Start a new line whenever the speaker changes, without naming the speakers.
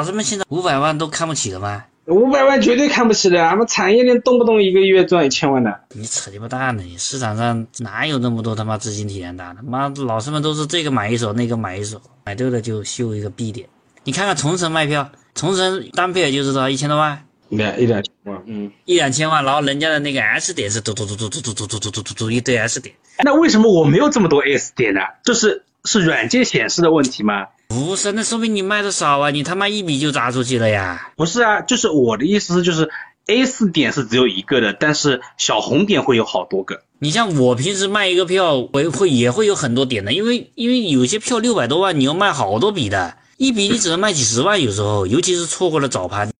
老师们现在500万都看不起了吗
？500万绝对看不起的，俺们产业链动不动一个月赚1000万的。
你扯鸡巴蛋呢！你市场上哪有那么多他妈资金体量大的？妈，老师们都是这个买一手，那个买一手，买对了就秀一个 B 点。你看看重城卖票，重城单票就知道1000多万。
一两千万，
一两千万，然后人家的那个 S 点是嘟一堆 S 点。
那为什么我没有这么多 S 点呢？这是软件显示的问题吗？
不是，那说明你卖的少啊，你他妈一笔就砸出去了呀。
不是啊，就是我的意思是，就是 S 点是只有一个的，但是小红点会有好多个。
你像我平时卖一个票，也会有很多点的，因为有些票600多万，你要卖好多笔的，一笔你只能卖几十万，有时候尤其是错过了早盘。